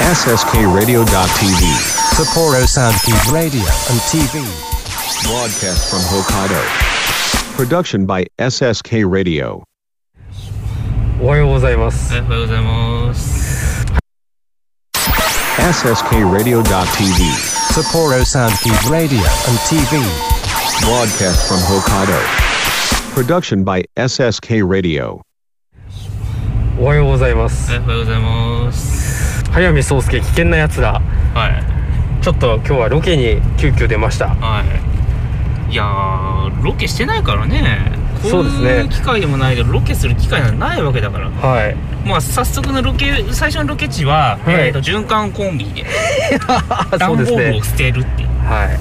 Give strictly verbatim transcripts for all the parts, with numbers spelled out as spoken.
エスエスケー radio.tv Sapporo Soundkeep Radio and ティーブイ broadcast from Hokkaido production by エスエスケー radio。 おはようございます。 おはようございます。 エスエスケー radio.tv Sapporo Soundkeep Radio and ティーブイ broadcast from Hokkaido production by エスエスケー radio。 おはようございます。 おはようございます。 早見壮介危険なやつだ。 はい。 ちょっと今日はロケに急遽出ました。 はい。いやー、ロケしてないからね。 そうですね。 こういう機会でもないけどロケする機会がないわけだから。 はい。 まあ早速のロケ最初のロケ地は、はい、えーと循環コンビで段ボールを捨てるっていう。 はい。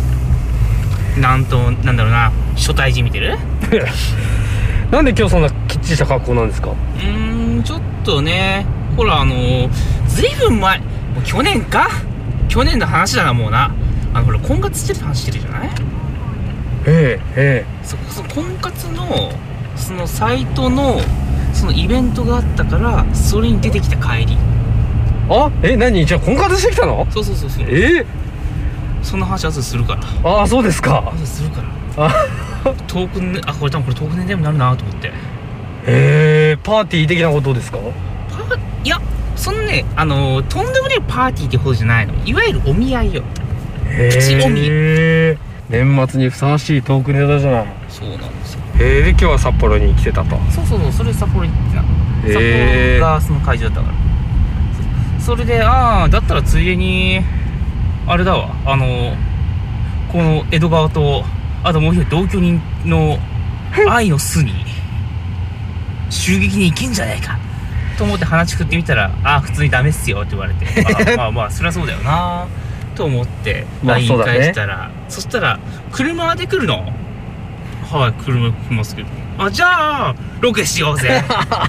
なんとなんだろうな、初対人見てる？ なんで今日そんなきっちりした格好なんですか？ うーん、ちょっとね、ほらあのー、ずいぶん前、もう去年か去年の話だな、もうな。あのほら婚活してるって話してるじゃない？ ええええ。 そそ婚活のそのサイトのそのイベントがあったから、それに出てきた帰り。 あ、え、何？じゃあ婚活してきたの？ そうそうそうそう。 ええ。 その話後でするから。 ああ、そうですか。 後でするから。 あトークンね、あ、これ多分これトークネタになるなと思って。 ええ、パーティー的なことですか？ パいや、そんなね、あのー、とんでもないパーティーってほどじゃないの。いわゆるお見合いよ。 へプチお見。 え。年末にふさわしいトークネタじゃない。 そうなんですよ。 へえ。で今日は札幌に来てたと。 そうそうそう、それ札幌に行ってた。札へえ。 幌がその会場だったから。そ, それで、ああ、だったらついでにあれだわ、あのー、この江戸川とあともう一人同居人の愛の巣に襲撃に行けんじゃないかと思って話振ってみたら、ああ普通にダメっすよって言われて、まあまあまあそりゃそうだよなと思ってライン返したら、そしたら車で来るの。はい、車で来ますけど、あ、じゃあロケしようぜ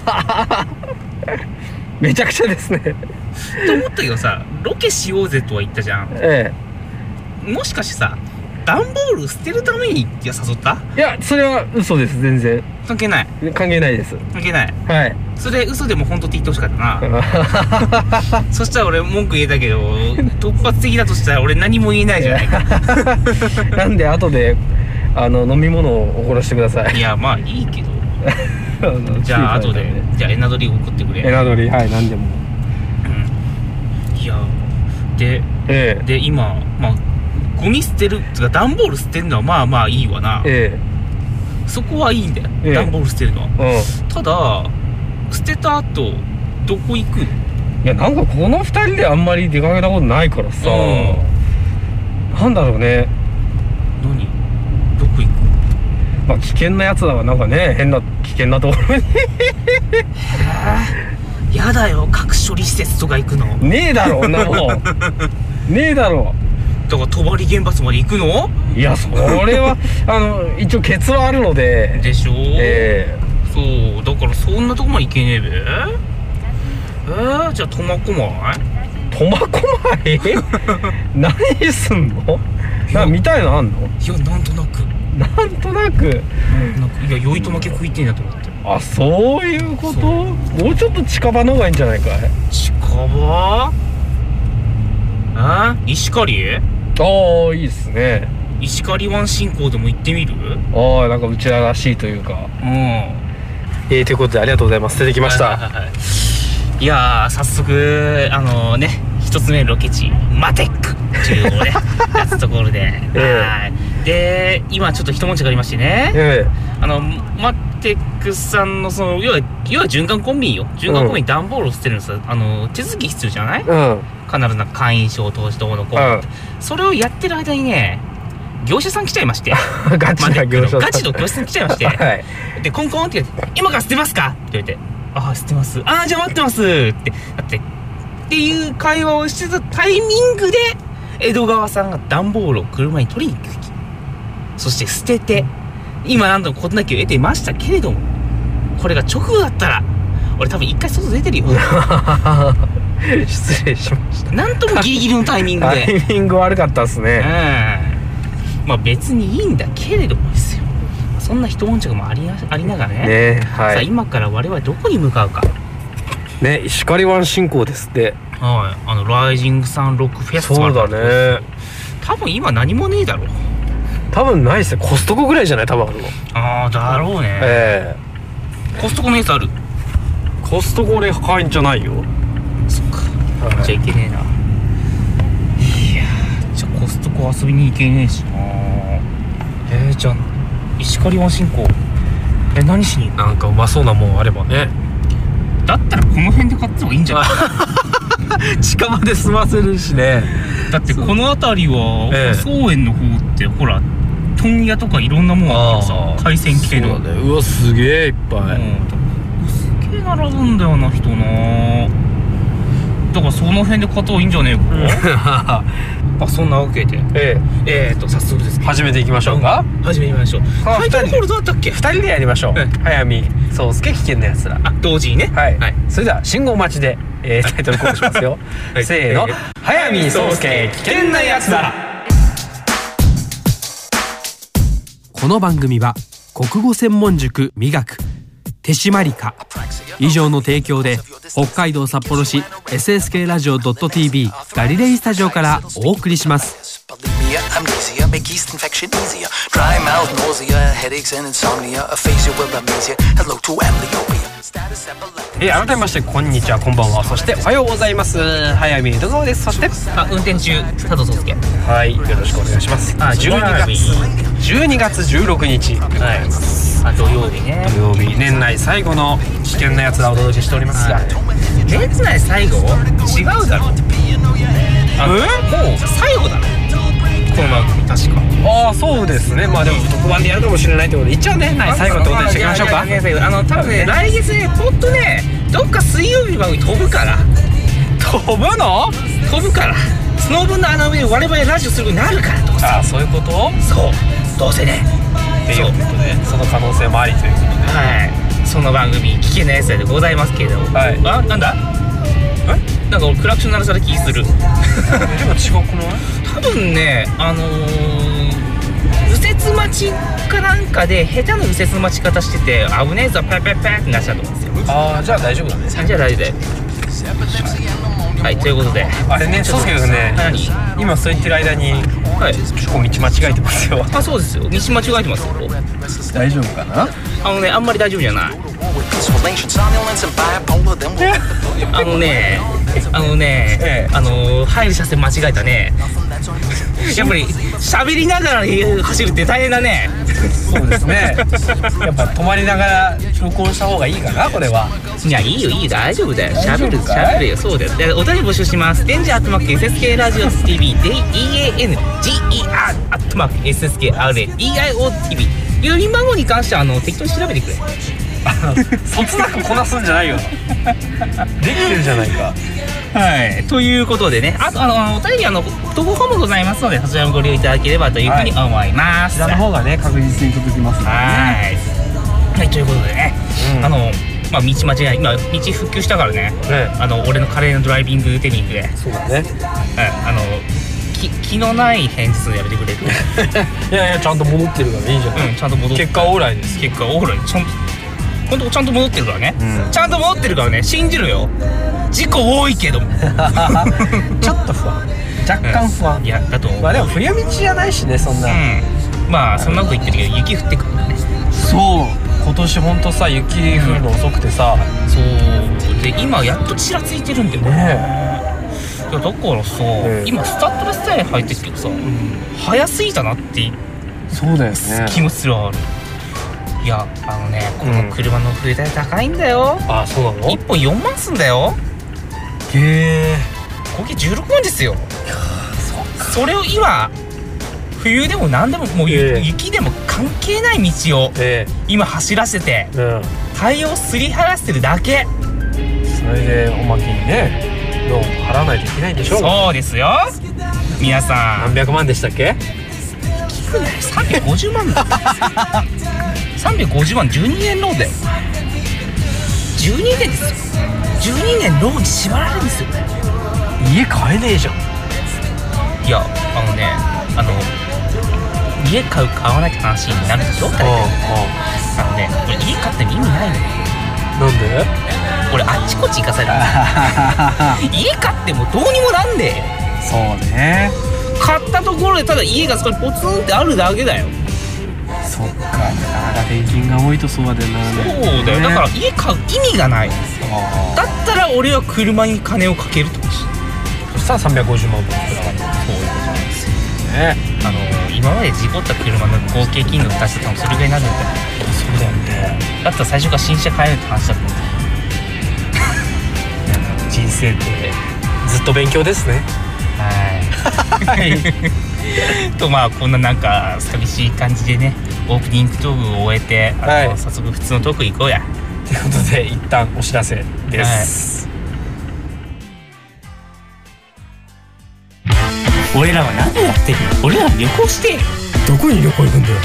めちゃくちゃですねと思ったけどさ、ロケしようぜとは言ったじゃん。 ええ、もしかしてさ、段ボール捨てるために誘った？ いや、それは嘘です。全然関係ない。 関係ないです。 関係ない。 はい。 それ嘘でも本当って言ってほしかったなそしたら俺文句言えたけど、突発的だとしたら俺何も言えないじゃないかなんで後であの飲み物をおごらせてください。 いや、まあいいけどじゃあ後で、じゃあエナドリ送ってくれ。 エナドリ、はい、何でも。 うん、いやで、ええ、で今まあゴミ捨てるつか段ボール捨てるのはまあまあいいわな。ええ、そこはいいんだよ、ええ、段ボール捨てるのは、うん、ただ捨てた後どこ行く？いや、なんかこのふたりであんまり出かけたことないからさ、うん、なんだろうね。 何？どこ行く？ まあ危険なやつだわ。なんかね、変な危険なところにやだよ、核処理施設とか行くの。 ねえだろ、なもんねえだろ。 だから帳原発まで行くの？ いや、それはあの一応ケツはあるので。 でしょ？ ええー、そうだからそんなとこまで行けねえべ。えー、じゃあ苫小牧？ 苫小牧何すんの？なんか見たいのあんの？ いや、なんとなくなんとなくなんか、いや、酔いとまけ食いてえなと思って。 あ、そういうこと？もうちょっと近場の方がいいんじゃないかい？ 近場？あ？石狩？ ああ、いいっすね。 石狩湾進行でも行ってみる？ ああ、なんかうちららしいというか。うん。えー、ということでありがとうございます。出てきました。 はいはいはい、いやー、早速あのー、ね、一つ目のロケ地マテックっていうのをねやつところで、えー、はいで今ちょっと一文字がありましてね、えー、あのマテックさんのその要は要は循環コンビニよ。循環コンビニ段ボールを捨てるのさ、あの手続き必要じゃない？うん、必ずな会員証を通しどうのこうのって、うん、それをやってる間にね、業者さん来ちゃいましてガチな業者さん、 ガチの業者さん来ちゃいまして、はい、でコンコンって言って今から捨てますかって言われて、ああ捨てます、ああじゃあ待ってますってだってっていう会話をしてたタイミングで江戸川さんが段ボールを車に取りに行く、そして捨てて、今何度も事なきを得ていましたけれども、これが直後だったら俺多分一回外出てるよ失礼しました。 なんともギリギリのタイミングでタイミング悪かったっすね。 うん、まあ別にいいんだけれどもですよ、そんな一悶着もありな、ありながらね、 ね、はい、 さあ今から我々どこに向かうかね。石狩湾進行ですって。 うはい、あのライジングサンロックフェスティバル。 そうだね。 多分今何もねえだろ。 多分ないっすよ。コストコぐらいじゃない多分あるの。 ああだろうね。 ええコストコのやつある。 コストコで高いんじゃないよ。 そっか、はい、じゃあいけねえな。いやじゃあコストコ遊びに行けねえしな。えー、じゃあ石狩湾信仰え何しに行く。 なんかうまそうなもんあればね。 だったらこの辺で買った方がいいんじゃない近場で済ませるしね。 だってこの辺りは、 ええ、 草園の方ってほら問屋とかいろんなもんあるからさ、海鮮系の。 そうだね。うわすげえいっぱい、うん、 すげえ並ぶんだよな人な。だからその辺で買った方がいいんじゃねえかあ、そんなわけでえええー、と早速ですけど始めていきましょうか。 始めてみましょう。タイトルコールどうだったっけ。 ふたりでやりましょう。早見宗介危険なやつら。 あ、同時にね。 はい、はい、それでは信号待ちで、えー、タイトルコールしますよ、はい、せーの、えー、早見宗介危険なやつら。 この番組は国語専門塾美学手締まりか以上の提供で北海道札幌市 エスエスケー ラジオ ドット ティービー ガリレイスタジオからお送りします。 えー、改めましてこんにちは、こんばんは、そしておはようございます。早見戸川です。そしてあ運転中佐藤宗介。 はい、よろしくお願いします。あじゅうにがつじゅうにがつじゅうろくにちでございます。 あ土曜日ね。 土曜日、年内最後の危険なやつらをお届けしておりますが、はい、 年内最後違うだろ。あもう最後だろこの番組確か。 ああそうですね。まあでも特番でやるかもしれないってことで一応年内最後ってことにしていきましょうか。 あの多分ね、来月ねポッとねどっか水曜日番組飛ぶから。 飛ぶの？ 飛ぶからスノーブンの穴埋めで我々ラジオするようになるからとかさ。 ああそういうこと？ そうどうせねっていうことでその可能性もありということで、 はい、その番組危険なやつらでございますけれども、はい、あなんだえなんか俺クラクション鳴らされた気するでも違くない？ 多分ねあのー、右折待ちかなんかで下手な右折の待ち方してて危ねえぞパッパッパッってなっちゃうと思うんですよ。 ああじゃあ大丈夫だね。 じゃあ大丈夫だよ。はい、ということであれね、そうですけどね、 何今そう言ってる間に、はい、結構道間違えてますよ。 あ、そうですよ、道間違えてますよ。 大丈夫かな？ あのね、あんまり大丈夫じゃない。あのね、あのね、ええ、あの入る車線間違えたね。やっぱり喋りながら走るって大変だね。 そうですね。やっぱ止まりながら録音した方がいいかなこれは。 いやいいよいいよ大丈夫だよ。喋る喋るよ。そうだよ。でお便り募集します。デンジャーアットマーク エスエスケー ラジオ ティービー デンジャー アットマーク エスエスケー アールエー ディーアイオー ティービー 郵便番号に関してはあの適当に調べてくれ。 そつなくこなすんじゃないよ。できてるじゃないか。 はい、ということでね、あとあのお便りあの投稿フォームございますのでそちらもご利用いただければというふうに思います。 こちらの方がね確実に届きますのでね。 はい、はい、ということでね、うん、あのまあ道間違い今道復旧したからね、ねあの俺の華麗なドライビングテクニックで。 そうだね。 あの気気のない返事するのやめてくれる。 いやいやちゃんと戻ってるからいいじゃん。 うん、ちゃんと戻ってる。 結果オーライです。 結果オーライちゃんと本当ちゃんと戻ってるからね、うん、ちゃんと戻ってるからね信じるよ。事故多いけどもちょっと不安若干不安、 うん、いやだと思う。 まあでも冬道じゃないしねそんな、うん、 まあそんなこと言ってるけど雪降ってくるからね。 そう今年ほんとさ雪降るの遅くてさ、 うん、そうで今やっとちらついてるんだよね。いやだからさ、ね、今スタッドレスタイヤ履いてるけどさ、うん、早すぎたなってそうだよね気もするある。いやあのねこの車の冬代高いんだよ、 うん、あそうなの？ いっぽんよんまんすんだよ。 へえ合計じゅうろくまんですよ。そ, それを今冬でも何でももう雪でも関係ない道を今走らせて、うん、タイヤをすり減らしてるだけ。 それでおまけにねローン払わないといけないんでしょ。 そうですよ皆さん。 何百万でしたっけ？ 聞くねさんびゃくごじゅうまんださんびゃくごじゅうまんじゅうにねんローンだよ。じゅうにねんですよ。じゅうにねんローンに縛られるんですよ。 家買えねえじゃん。 いやあのねあの家買う買わないって話になるでしょ。誰かあのね俺家買っても意味ないのよ。 なんで？ 俺あっちこっち行かされた家買ってもどうにもなんで。 そうね。 買ったところでただ家がそこにポツンってあるだけだよ。 そっか、なかなか税金が多いとそうだよな。 そうだよ、ね、だから家買う意味がない。だったら俺は車に金をかけるってことし、 そしたらさんびゃくごじゅうまんぶんくらい。 そういうことなんですよね。あの今まで事故った車の合計金額足して多分それぐらいになるんだよ。 そうだよね。 だったら最初から新車買えるって話だったんだよ人生ってずっと勉強ですね。 はいとまあこんななんか寂しい感じでね、オープニングトークを終えて、あの、はい、早速普通のトーク行こうやということで一旦お知らせです、 はい、俺らは何をやってる？俺らは旅行してどこに旅行行くんだよ。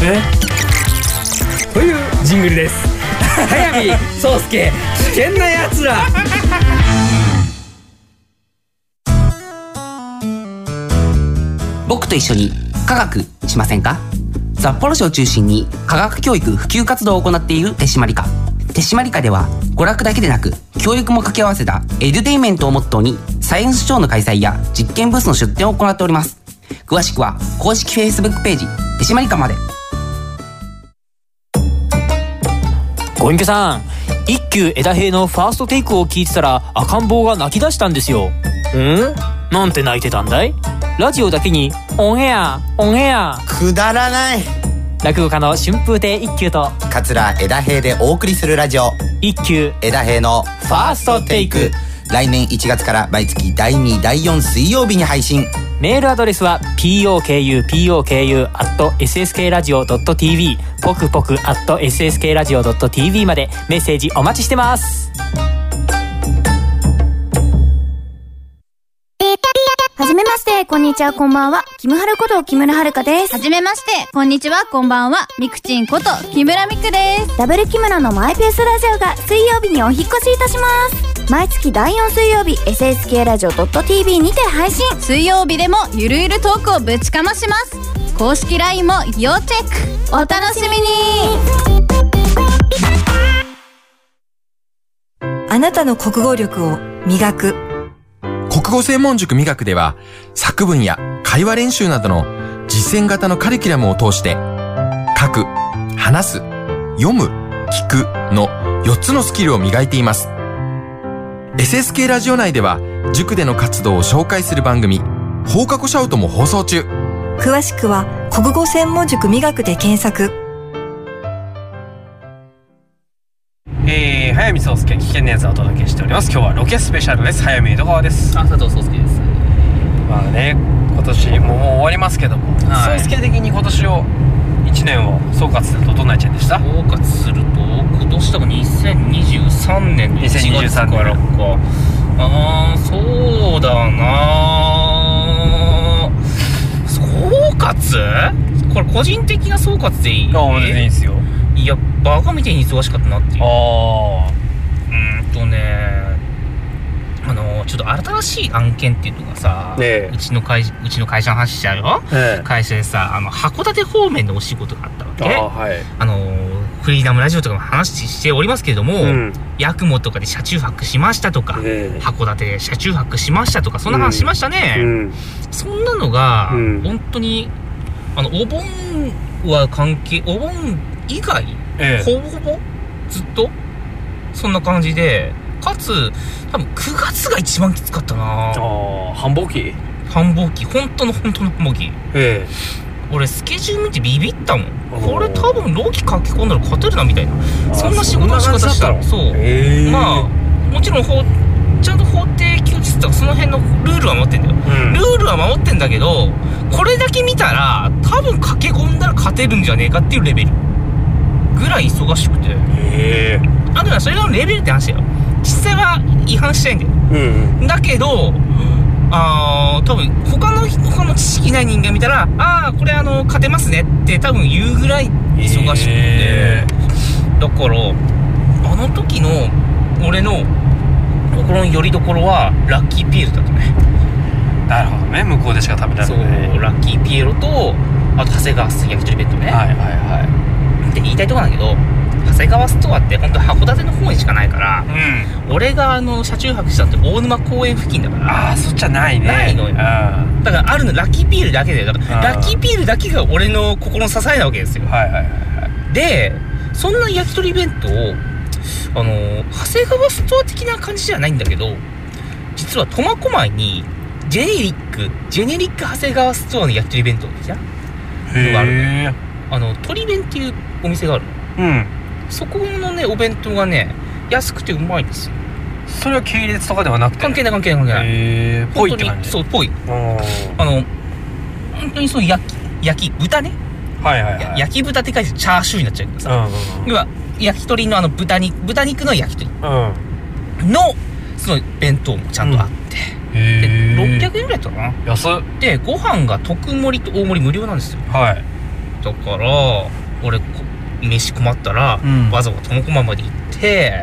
えというジングルです。早見宗介危険なやつら僕と一緒に科学しませんか？札幌市を中心に科学教育普及活動を行っている手締まり課。手締まり課では娯楽だけでなく教育も掛け合わせたエデュテイメントをモットーにサイエンスショーの開催や実験ブースの出展を行っております。詳しくは公式 Facebook ページ手締まり課まで。 ご隠居さん、一休枝平のファーストテイクを聞いてたら赤ん坊が泣き出したんですよ。ん？なんて泣いてたんだい？ラジオだけにオンエアオンエアくだらない。 落語家の春風亭一休と桂枝平でお送りするラジオ一休枝平のファーストテイク、来年いちがつから毎月だいにだいよん水曜日に配信。 メールアドレスは ポクポク アット エスエスケーラジオ ドット ティーブイ ポクポク アット エスエスケーラジオ ドット ティーブイ までメッセージお待ちしてます。 はじめまして、こんにちは、こんばんは。キムハルこと木村遥です。 はじめまして、こんにちは、こんばんは。ミクチンこと木村ミクです。 ダブル木村のマイペースラジオが水曜日にお引越しいたします。毎月だいよん水曜日 エスエスケー ラジオ ドット ティーブイ にて配信。 水曜日でもゆるゆるトークをぶちかまします。公式 ライン も要チェック。お楽しみに。 あなたの国語力を磨く国語専門塾磨くでは、作文や会話練習などの実践型のカリキュラムを通して、書く、話す、読む、聞くのよっつのスキルを磨いています。エスエスケー ラジオ内では、塾での活動を紹介する番組、放課後シャウトも放送中。 詳しくは、国語専門塾磨くで検索。 えー、早見宗介危険なやつをお届けしております。今日はロケスペシャルです。早見江戸川です。 あ、佐藤宗介です。 まあね、今年ももう終わりますけども、宗介的に今年をいちねんを総括するとどんないちねんでした？ 総括すると今年多分にせんにじゅうさんねんのいちがつからか。あー、そうだな。総括？これ個人的な総括でいい？ ああ、全然いいですよ。 いや、バカみたいに忙しかったなっていう。 ああ、 うーんとね、あのちょっと新しい案件っていうのがさ、ね、うちの会うちの会社の話しちゃうよ、ね、会社でさ、あの函館方面のお仕事があったわけ。あ、はい、あのフリーダムラジオとかも話しておりますけれども、うん、八雲とかで車中泊しましたとか、ね、函館で車中泊しましたとか、そんな話しましたね、うん、そんなのが、うん、本当にあのお盆は関係、お盆以外、ええ、ほぼほぼずっとそんな感じで、かつ多分くがつが一番きつかったな。 ああ、繁忙期繁忙期、本当の本当の繁忙期、ええ、俺スケジュール見てビビったもん。これ多分労基書き込んだら勝てるなみたいな、そんな仕事の仕方したの。そう、えー、まあもちろん法ちゃんと法定休日とかその辺のルールは守ってんだよ、うん、ルールは守ってんだけど、これだけ見たら多分駆け込んだら勝てるんじゃねえかっていうレベルぐらい忙しくて、へー、あとはそれのレベルって話だよ。実際は違反してないんだよ、うん、だけどあー多分他の他の知識ない人間見たら、ああこれあの勝てますねって多分言うぐらい忙しくて、だからあの時の俺の心の拠り所はラッキーピエロだったね。 なるほどね、向こうでしか食べられない、ね、 そう、ラッキーピエロとあと長谷川焼き鳥弁当ね。はいはいはいって言いたいとこなんだけど、 長谷川ストアって本当函館の方にしかないから、うん、俺があの車中泊したって大沼公園付近だから。 ああ、そっちはないね。 ないのよ。だからあるのラッキーピールだけで、だからラッキーピールだけが俺の心の支えなわけですよ。 はいはいはいはい。 でそんな焼き鳥弁当をあの長谷川ストア的な感じじゃないんだけど、実は苫小牧にジェネリックジェネリック長谷川ストアの焼き鳥弁当じゃんのがあるの。あの鳥弁っていうお店があるの。うん。そこのねお弁当がね安くてうまいんですよ。 それは系列とかではなくて、 関係ない関係ない関係ない。 へー、ぽいって感じ。 そう、ぽい。あの本当にその焼き焼き豚ね。はいはいはい。焼き豚って書いてチャーシューになっちゃうけどさ。うんうんうん、要は焼き鳥のあの豚肉豚肉の焼き鳥、うん、のその弁当もちゃんとあって、うん、でろっぴゃくえんぐらいだったかな。 安っ。 でご飯が特盛りと大盛り無料なんですよ。はい。だから俺飯困ったら、うん、わざわざ苫小牧まで行って、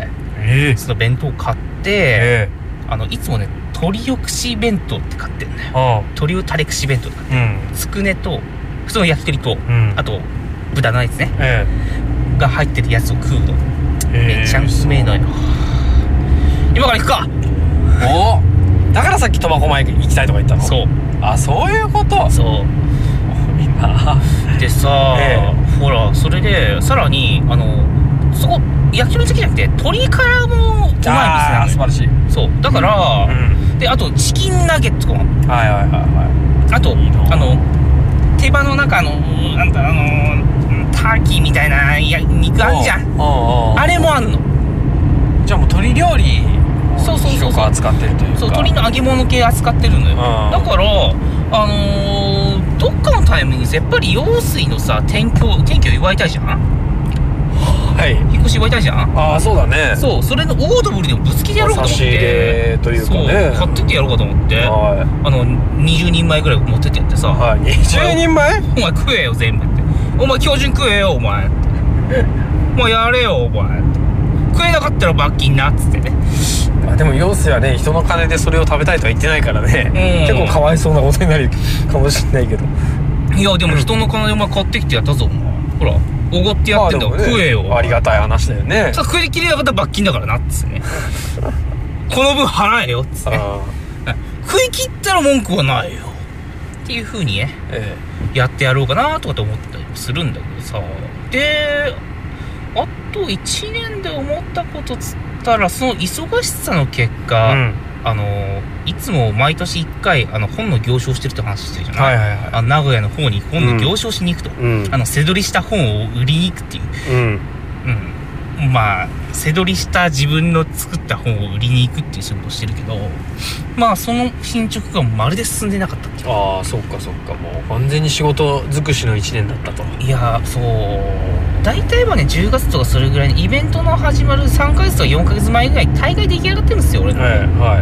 えー、その弁当を買って、えー、あのいつもね鶏よくし弁当って買ってんのよ。ああ、鶏をタレ串弁当とかね、うん、つくねと普通の焼き鳥と、うん、あと豚のやつね、えー、が入ってるやつを食うの、えー、めちゃうめえのよ。今から行くか。 おお、だからさっき苫小牧行きたいとか言ったの。そう。あ、そういうこと。 そうみんなでさ、えー、ほらそれでさらにあのそこ焼き鳥だけじゃなくて鶏からもうまい店なの。 素晴らしい。 そうだから、うん、であとチキンナゲットとかも、はいはいはいはい、あといいあの手羽の中のなんだあのターキーみたいなや肉あんじゃん。あれもあんの。 じゃあもう鶏料理そうそうそうそう扱ってるというか、 そう鶏の揚げ物系扱ってるのよ。だからあのー、どっかのタイミングでやっぱり陽水のさ転居転居祝いたいじゃん。はい、引っ越し祝いたいじゃん。 ああ、そうだね。 そう、それのオードブルでもぶつけてやろうと思って、差し入れというかね、そう買ってってやろうかと思って、はい、あのにじゅうにんまえぐらい持ってってやってさ、はい、にじゅうにんまえお前食えよ全部って、お前標準食えよお前もうやれよお前食えなかったら罰金なっつってね。 あ、でも陽水はね人の金でそれを食べたいとは言ってないからね、うん、結構かわいそうなことになるかもしれないけど。 いやでも人の金でお前買ってきてやったぞお前。ほらおごってやってんだから、ね、食えよ。 ありがたい話だよね。 さあ食い切れなかったら罰金だからなっつってねこの分払えよっつって、ね、食い切ったら文句はないよっていう風にね、ええ、やってやろうかなとかと思ったりもするんだけどさ。であといちねんで思ったことつったらその忙しさの結果、うん、あのいつも毎年いっかいあの本の行商してるって話してるじゃない、はいはいはい、あの名古屋の方に本の行商しに行くと、うん、あの背取りした本を売りに行くっていう、うんうん、まあ背取りした自分の作った本を売りに行くっていう仕事をしてるけど、まあその進捗がまるで進んでなかったっていう。 ああ、そっかそっか、もう完全に仕事尽くしのいちねんだったと。 いやそう大体はねじゅうがつとかそれぐらいにイベントの始まるさんかげつとかよんかげつまえぐらいに大概出来上がってるんですよ俺の、はいはい、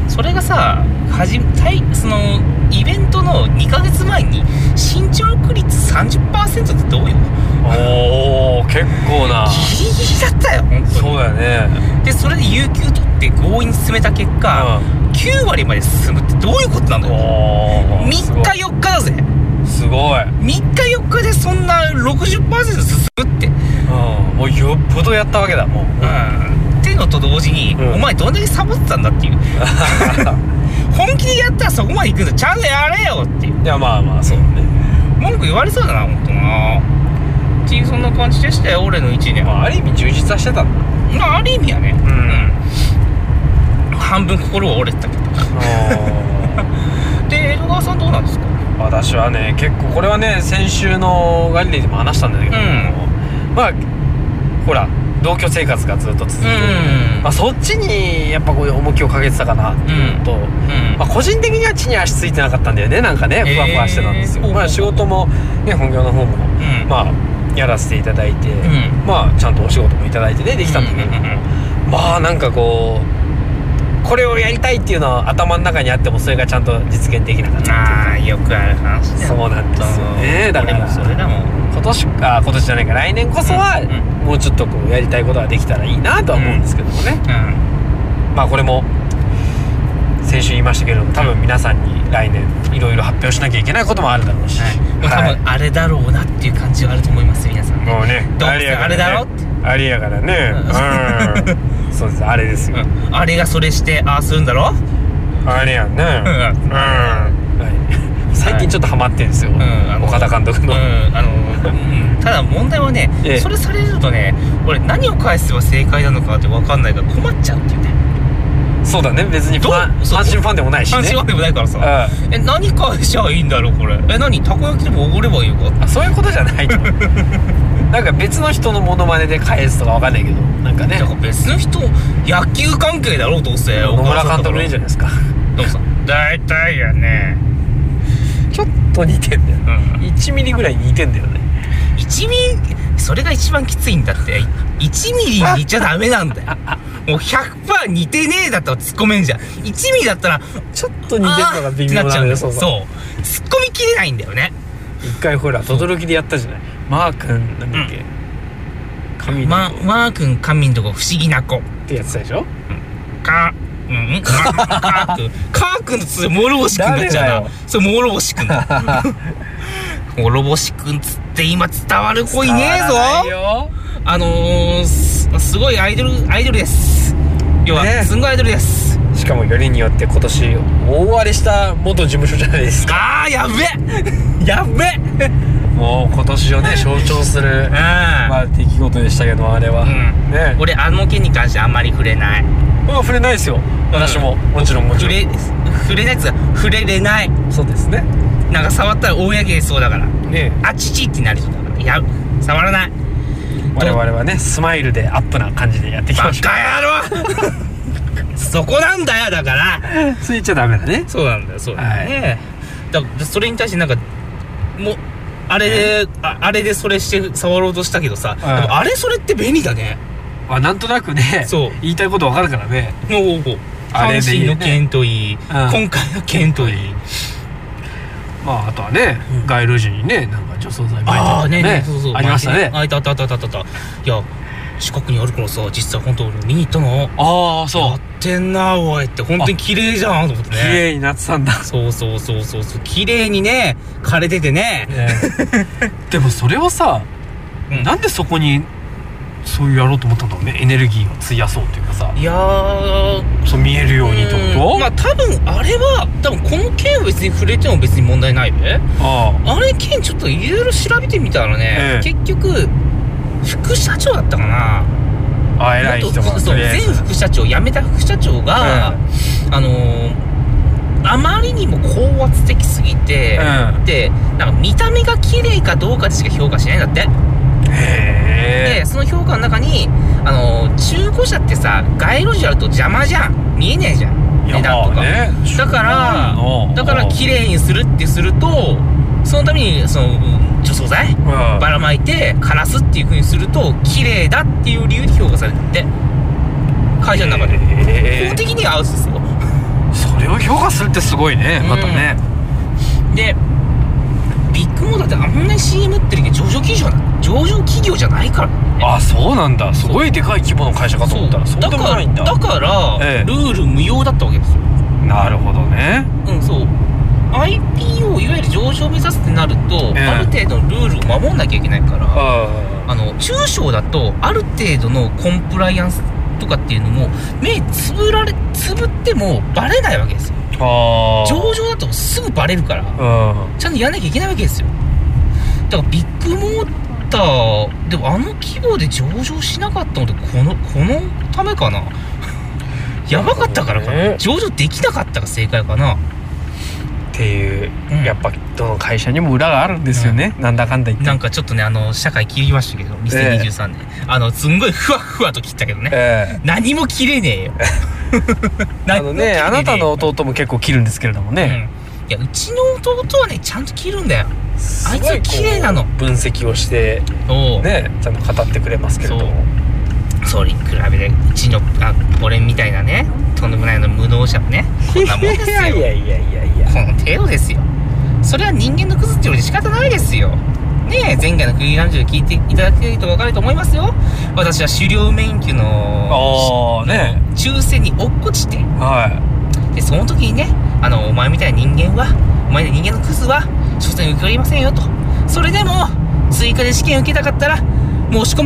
それがさはじそのイベントのにかげつまえに進捗率 さんじゅっパーセント ってどうよ。 おー結構なギリギリだったよ本当に。 そうだよね。 でそれで有給取って強引に進めた結果、うん、きゅうわりまで進むってどういうことなのよ。みっかよっかだぜ。 すごい。 みっかよっかでそんな ろくじゅっパーセント 進むって、うん、 もうよっぽどやったわけだもう、うん、 っていうのと同時に、うん、お前どんだけサボってたんだっていう本気でやったらそこまで行くんだちゃんとやれよっていう。 いやまあまあそうね、 文句言われそうだなほんとなっていうそんな感じでしたよ俺のいちねん、 まあ、ある意味充実はしてたんだ。 まあある意味はね、うんうん、半分心は折れてたけどで江戸川さんどうなんですか。 私はね結構これはね先週のガリレーでも話したんだけど、うん、まあほら同居生活がずっと続いて、うんまあ、そっちにやっぱこういう重きをかけてたかなっていうのと、うんうんまあ、個人的には地に足ついてなかったんだよね。なんかねふわふわしてたんですよ、えー、まあ仕事もね本業の方も、うん、まあやらせていただいて、うん、まあちゃんとお仕事もいただいてねできたんだけど、うんうんうん、まあなんかこうこれをやりたいっていうのは頭の中にあってもそれがちゃんと実現できなかったっていうか。 ああよくある話だよ。 そうなんですよね。だから俺もそれだもん。 今年あ今年じゃないか来年こそは、うんうん、もうちょっとこうやりたいことができたらいいなとは思うんですけどもね、うんうん、まあこれも先週言いましたけれども多分皆さんに来年いろいろ発表しなきゃいけないこともあるだろうし、はいはい、多分あれだろうなっていう感じはあると思います皆さんね。もうねどうせあれだろってあれやからね。うん。そうです、あれですよ。 うん、あれがそれしてああするんだろ。 あれやんね。うん。はい。最近ちょっとハマってんですよ。うん、岡田監督の。うん、あの、 うん、ただ問題はね、ええ、それされるとね、俺何を返せば正解なのかって分かんないから困っちゃうっていうね。 そうだね、別にファン阪神ファンでもないしね。阪神ファンでもないからさ。うん、え、何返しゃいいんだろうこれ。え、何たこ焼きでもおごればいいのか。あ、そういうことじゃないと。なんか別の人のモノマネで返すとか分かんないけど、なんかね。 だから別の人、野球関係だろうどうせ。 野村監督のいいじゃないですか。 どうさ。大体やね。 ちょっと似てんだよ、うん、いちミリぐらい似てんだよね。 いちミリ、それが一番きついんだって。いちミリ似ちゃダメなんだよ。もう ひゃくパーセント 似てねえだったら突っ込めんじゃん。いちミリだったらちょっと似てるのが微妙なんだよ。 そうそう、突っ込みきれないんだよね。 一回ほら轟でやったじゃない。マー君なんだっけ、 神の子、ま、マー君神のとこ不思議な子ってやつでしょ、うん、 かうん、カー君カー君のつ諸星君になっちゃうな。それ諸星君だ。諸星君つって今伝わる子いねえぞ。あのー、す, すごいアイドルアイドルです。要は、ね、すんごいアイドルです。 しかもよりによって今年大荒れした元事務所じゃないですか。 あーやべえやべえ。 もう今年をね象徴する、まあ、出来事でしたけどあれは、うんね、 俺あの件に関してあんまり触れない。 うん、触れないですよ私も、うん、もちろんもちろん触れ触れないやつが触れれない。 そうですね。 なんか触ったら大やけそうだからね、あちちってなりそうだから、いや触らない。 我々はねスマイルでアップな感じでやっていきましょう。 バカ野郎。そこなんだよだからそう言っちゃダメだね。 そうなんだよそうだね、はい、だそれに対してなんかもうあれで、あ, あれでそれして触ろうとしたけどさ、うん、でもあれそれって便利だね。 あ、なんとなくねそう言いたいことわかるからね。 もう阪神の件といい、うん、今回の件といい、 まああとはね、うん、街路樹にねなんか除草剤撒いてるとかね、あーねねそうそうありましたね。 あいたあったあったあったあった。いや近くにあるからさ実際本当俺見に行ったの。 ああそうやってんなおいって本当に綺麗じゃんと思ってね。 綺麗になってたんだ。 そうそうそうそうそう綺麗にね枯れててね、ねでもそれをさ、うん、なんでそこにそういうやろうと思ったんだろうね。エネルギーを費やそうっていうかさ。 いやーそう見えるようにってこと。 まあ多分あれは多分この件は別に触れても別に問題ないべ。あああれ件ちょっといろいろ調べてみたらね、ええ、結局副社長だったかな。 あ偉い人がそう前副社長辞めた副社長が、うん、あのー、あまりにも高圧的すぎて、うん、でなんか見た目が綺麗かどうかでしか評価しないんだって。へでその評価の中にあのー、中古車ってさ街路樹あると邪魔じゃん見えねえじゃん値段とか、ね、だからだから綺麗にするってするとそのためにその除草剤ばらまいて枯らすっていう風にすると綺麗だっていう理由で評価されてて会社の中で法的にはアウトですよ。 それを評価するってすごいね、またね。 でビッグモーターってあんなに シーエム ってるけど上場企業上場企業じゃないからね。 あ、そうなんだ。すごいでかい規模の会社かと思ったらそうでもないんだ。 だから、ええ、ルール無用だったわけですよ。 なるほどね。 うんそう。アイピーオー いわゆる上場を目指すってなると、ええ、ある程度のルールを守んなきゃいけないから、ああの中小だとある程度のコンプライアンスとかっていうのも目つぶられつぶってもバレないわけですよ。あ上場だとすぐバレるからちゃんとやんなきゃいけないわけですよ。だからビッグモーターでもあの規模で上場しなかったのでこのこのためかな。やばかったからかな。上場できなかったが正解かなっていう、うん、やっぱどの会社にも裏があるんですよね、うん、なんだかんだ言って。 なんかちょっとねあの社会切りましたけどにせんにじゅうさんねん、えー、あのすんごいふわふわと切ったけどね、えー、何も切れねえよ。 あのねあなたの弟も結構切るんですけれどもね、 うん、いやうちの弟はねちゃんと切るんだよ。あいつは綺麗なの。 分析をしてねちゃんと語ってくれますけれども、 それに比べてうちのあ俺みたいなねとんでもないの無能者もねこんなもんですよ。いやいやいやいやいやこの程度ですよ。それは人間のクズって言われて仕方ないですよね。え前回のクリーランジを聞いていただけると分かると思いますよ。私は狩猟免許の、ね、抽選に落っこちて、はい、でその時にねあのお前みたいな人間はお前の人間のクズは所詮受け取りませんよと。それでも追加で試験受けたかったら申し込めば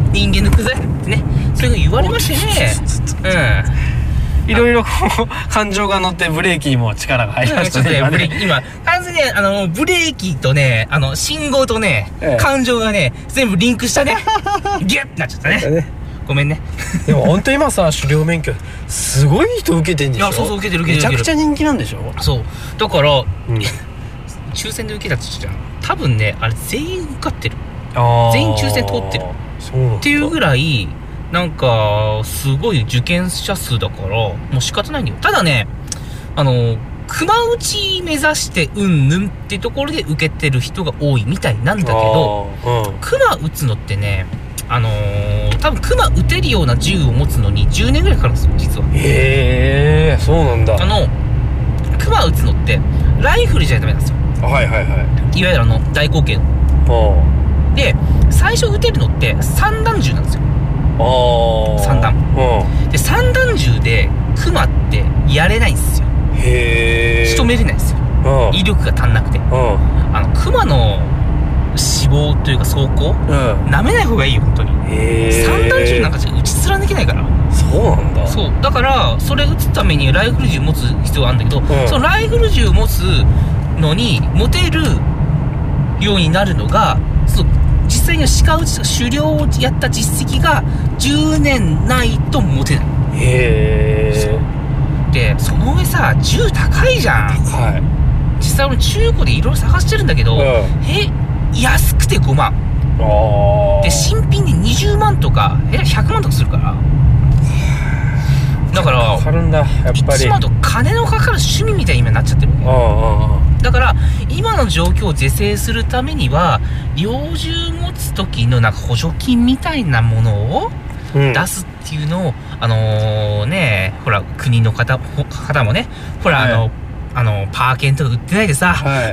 人間のクズってね、そういうの言われましてね。 うん。いろいろこう感情が乗ってブレーキにも力が入りましたね。 ブレーキ今完全にね、あのブレーキとね、あの信号とね、 ええ、 感情がね全部リンクしたね。ギュッてなっちゃったね。ごめんね。でも本当今さ、狩猟免許すごい人受けてんでしょ。 いや、そうそう、受けてる受けてる。 めちゃくちゃ人気なんでしょ。 そうだから、うん、抽選で受けたって言ってたじゃん。多分ね、あれ全員受かってる。全員抽選通ってる。 そうなんだっていうぐらいなんかすごい受験者数だからもう仕方ないんだよ。ただね、あの熊打ち目指してうんぬんってところで受けてる人が多いみたいなんだけど、うん、熊打つのってね、あのー、多分熊撃てるような銃を持つのにじゅうねんぐらいかかるんですよ、実は。 へえ、そうなんだ。 あの熊撃つのってライフルじゃダメなんですよ。はいはいはい。いわゆるあの大口径の。で最初撃てるのって散弾銃なんですよ。散弾。で散弾銃で熊ってやれないんですよ。へえ。仕留めれないんですよ。威力が足んなくて。あの熊の死亡というか走行、なめない方がいいよ本当に。散弾銃なんかじゃ撃ち貫けないから。そうなんだ。そうだからそれ撃つためにライフル銃持つ必要があるんだけど、そのライフル銃を持つのに持てるようになるのが、そう実際に鹿撃ち狩猟をやった実績がじゅうねんないと持てない。へえ。でその上さ、銃高いじゃん。高い。実際俺中古でいろいろ探してるんだけど、うん、へ安くてごまんで新品でにじゅうまんとかえひゃくまんとかするから。だからかかるんだやっぱり。いつもと金のかかる趣味みたいに今なっちゃってるわけ。だから今の状況を是正するためには猟銃持つ時のなんか補助金みたいなものを出すっていうのを、うん、あのー、ねほら国の方方もねほら、はい、あのあのパーケンとか売ってないでさ、はい、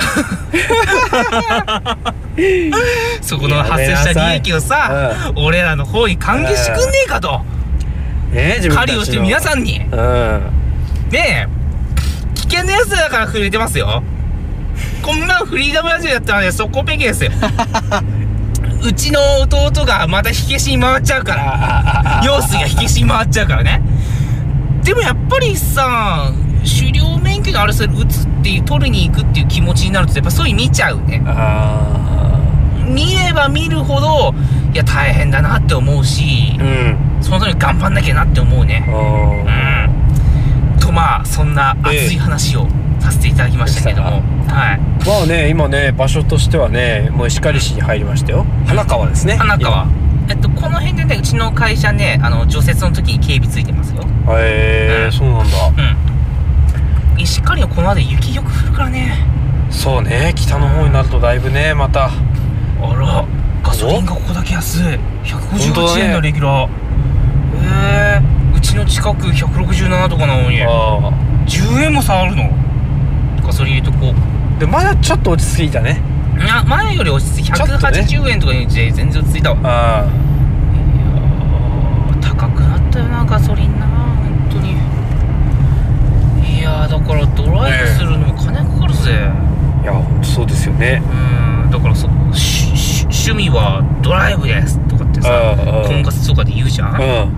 そこの発生した利益をさ、うん、俺らの方に還元してくんねえかと、ね、狩りをしてる皆さんに、うん、ねえ危険なやつだから触れてますよ。こんなフリーダムラジオやったらね速攻ペケですよ。うちの弟がまた火消しに回っちゃうから用水が火消しに回っちゃうからね。でもやっぱりさ狩猟免許のあるそれ撃つっていう取りに行くっていう気持ちになるとやっぱそういう見ちゃうね。あ見れば見るほどいや大変だなって思うし、うん、その時に頑張んなきゃなって思うね。うん、とまあそんな熱い話をさせていただきましたけども、はい。 まあね今ね場所としてはねもう石狩市に入りましたよ。花川ですね。 花川。えっとこの辺でねうちの会社ねあの除雪の時に警備ついてますよ。 へえ、うん、そうなんだ。 うん。石狩はこの後雪よく降るからね。 そうね北の方になるとだいぶねまた。 あらガソリンがここだけ安いひゃくごじゅうはちえんだレギュラー。へえうちの近くひゃくろくじゅうななとかなのにじゅうえんも差あるの。ガソリン入れとこう。 でまだちょっと落ち着いたね。 いや前より落ち着いてひゃくはちじゅうえんとかに全然落ち着いたわ。ああいや高くなったよなガソリンな本当に。いやだからドライブするのも金かかるぜ、 ね、いや本当そうですよね。 うんだからそ趣味はドライブですとかってさ婚活とかで言うじゃん。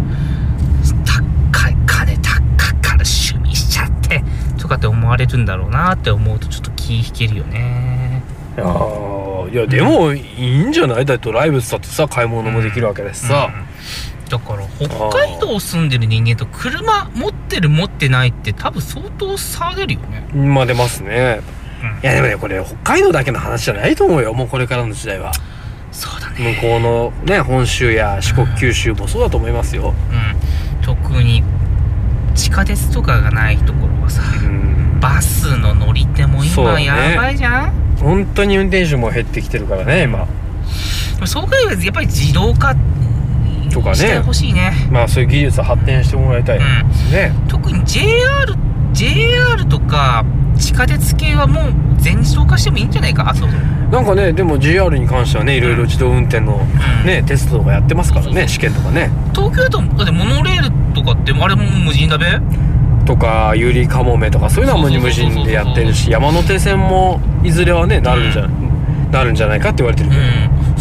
高い金高から趣味しちゃってとかって思われるんだろうなって思うとちょっと気引けるよね。 いやいやでもいいんじゃない。だってドライブしたってさ買い物もできるわけだしさ、うんうん、 だから北海道住んでる人間と車持ってる持ってないって多分相当差出るよね。 まあ出ますね、うん、いやでもねこれ北海道だけの話じゃないと思うよ。もうこれからの時代はそうだね。 向こうのね本州や四国、うん、九州もそうだと思いますよ、 うん、特に地下鉄とかがないところはさ、うん、バスの乗り手も今やばいじゃん、 ね、本当に運転手も減ってきてるからね今。 そう考えるとやっぱり自動化とかねしてほしいね。 まあそういう技術発展してもらいたいですね、 うん、特に ジェイアール ジェイアール とか地下鉄系はもう全自動化してもいいんじゃないか。あそうそうなんかねでも ジェイアール に関してはねいろいろ自動運転の、ねうん、テストとかやってますからね。そうそうそう試験とかね。 東京だとだってモノレールとかってあれも無人だべとかゆりかもめとかそういうのはもう無人でやってるし山手線もいずれはねなるんじゃ、うん、なるんじゃないかって言われてるけど、 うん、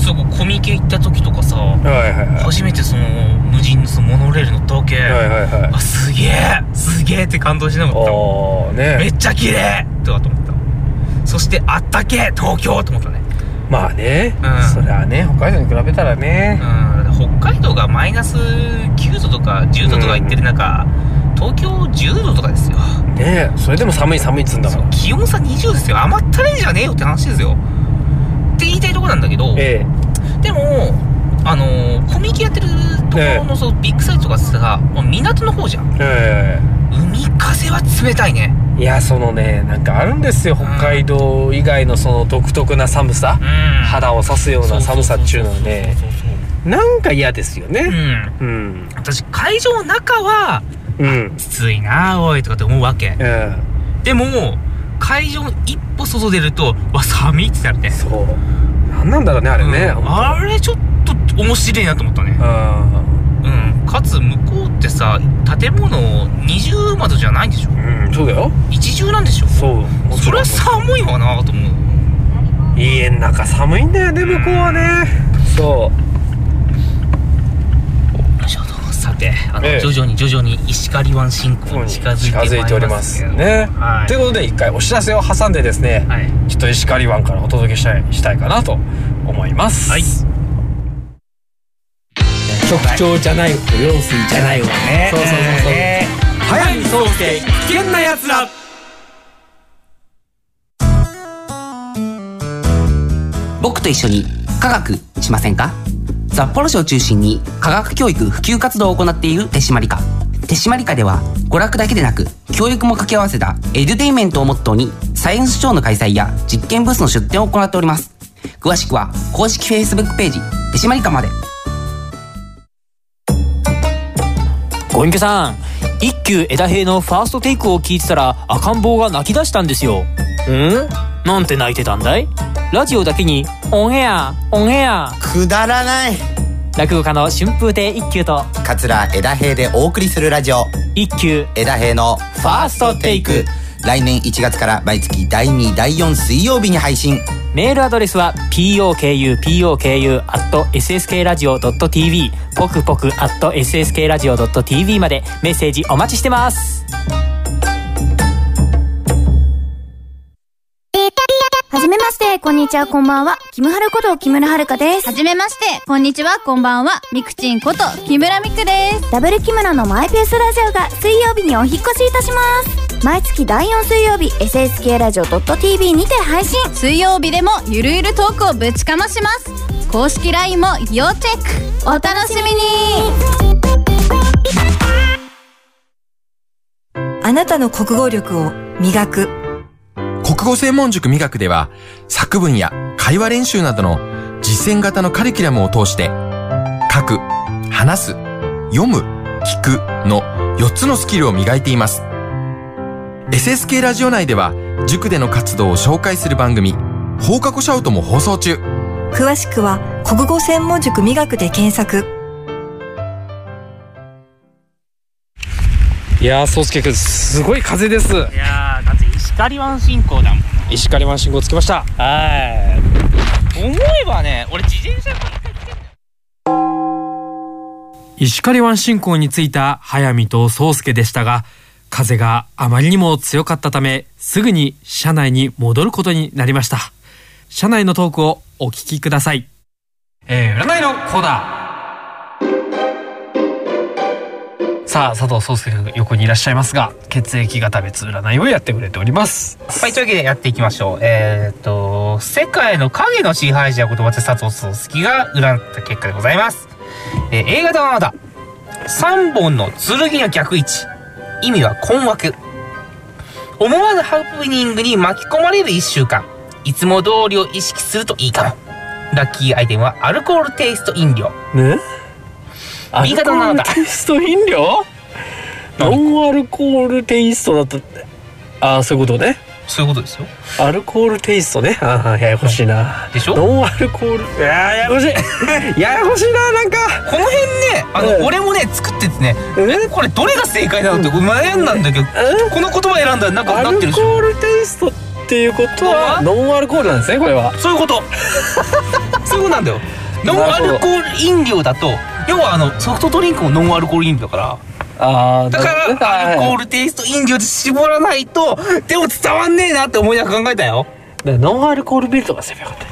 そこコミケ行った時とかさ、はいはいはい、初めてその無人のそのモノレール乗ったわけ、はいはいはい、あすげえすげえって感動しなかった、ね、めっちゃ綺麗とかと思った。そしてあったけ東京と思ったね。 まあね、うん、それはね北海道に比べたらね、 うん、北海道がマイナスきゅうどとかじゅうどとか言ってる中、うん、東京じゅうどとかですよね。それでも寒い寒いっつうんだもん。 気温差にじゅうですよ。甘ったれんじゃねえよって話ですよって言いたいところなんだけど、ええ、でもあのー、コミケやってるところのそう、ビッグサイトとかさ、港の方じゃん、ええ、海風は冷たいね。 いやそのねなんかあるんですよ、北海道以外のその独特な寒さ、うん、肌を刺すような寒さっちゅうのはねなんか嫌ですよね、 うんうん、私会場の中は、うん、きついなおいとかって思うわけ、うん、でも会場の一歩外出るとわ寒いってなるね。 そうなんなんだろうねあれね、 うん、あれちょっと面白いなと思ったね。うん、かつ向こうってさ建物二重窓じゃないんでしょ。 うんそうだよ。 一重なんでしょ。 そうそれは寒いわなと思う。 家の中寒いんだよね向こうはね。そうさてあの、ええ、徐々に徐々に石狩湾進行に近づいてまいります、ね、近づいておりますね、はい、ということで一回お知らせを挟んでですね、はい、ちょっと石狩湾からお届けしたい、したいかなと思います、はい、 局長じゃない方用水じゃない方ね。そうそうそうそう、えー、早見壮介危険なやつら。 僕と一緒に科学しませんか。札幌市を中心に科学教育普及活動を行っている手締まり課。手締まり課では娯楽だけでなく教育も掛け合わせたエデュテインメントをモットーにサイエンスショーの開催や実験ブースの出展を行っております。詳しくは公式 Facebook ページ手締まり課まで。 ご隠居さん、一休枝平のファーストテイクを聞いてたら赤ん坊が泣き出したんですよ。ん？なんて泣いてたんだい？ラジオだけにオンエアオンエア。 くだらない。 落語家の春風亭一休と桂枝平でお送りするラジオ一休枝平のファーストテイク。来年いちがつから毎月だいにだいよん水曜日に配信。 メールアドレスは ポクポク アット エスエスケーラジオ ドットティーブイ ポクポク アット エスエスケーラジオ ドットティーブイ までメッセージお待ちしてます。 はじめまして、こんにちは、こんばんは。キムハルこと木村遥です。 はじめまして、こんにちは、こんばんは。ミクチンこと木村ミクです。 ダブル木村のマイペースラジオが水曜日にお引っ越しいたします。毎月だいよん水曜日 エスエスケー ラジオ ドットティーブイ にて配信。 水曜日でもゆるゆるトークをぶちかまします。公式 ライン も要チェック。お楽しみに。 あなたの国語力を磨く国語専門塾磨くでは作文や会話練習などの実践型のカリキュラムを通して書く、話す、読む、聞くのよっつのスキルを磨いています。 エスエスケー ラジオ内では塾での活動を紹介する番組放課後シャウトも放送中。 詳しくは国語専門塾磨くで検索。 いやー、宗介くんすごい風です。いやー、だって石狩湾進行だもん。 石狩湾進行つきました。 はい。思えばね、俺自転車から一回来てんだよ。 石狩湾進行に着いた早見と宗介でしたが、風があまりにも強かったためすぐに車内に戻ることになりました。車内のトークをお聞きください。 えー、占いのコーナー。さあ、佐藤宗介君横にいらっしゃいますが、血液型別占いをやってくれております。 はい、というわけでやっていきましょう。えー、っと世界の影の支配者こと私佐藤宗介が占った結果でございます。えー、A 型はまださんぼんの剣の逆位置。意味は困惑。思わぬハプニングに巻き込まれるいっしゅうかん。いつも通りを意識するといいかも。ラッキーアイテムはアルコールテイスト飲料。 ね、 B 型のあなた。 アルコールテイスト飲料？ノンアルコールテイストだと、ああ、そういうことね。 そういうことですよ。 アルコールテイストね。ああ、ややこしいな。 でしょ？ ノンアルコール、いやややこしい。ややこしいな、なんか。 この辺ね、あの、うん、俺もね、作っててね、え、これどれが正解なのって悩んだんだけど、この言葉選んだらなんかなってるでしょ。アルコールテイストっていうことはノンアルコールなんですね、これは。 そういうこと。そそういうことなんだよ。ノンアルコール飲料だと要はあのソフトドリンクもノンアルコール飲料だからあだからアルコールテイスト飲料で絞らないとでも伝わんねえなって思いながら考えたよ。 だからノンアルコールビールとかすればよかった。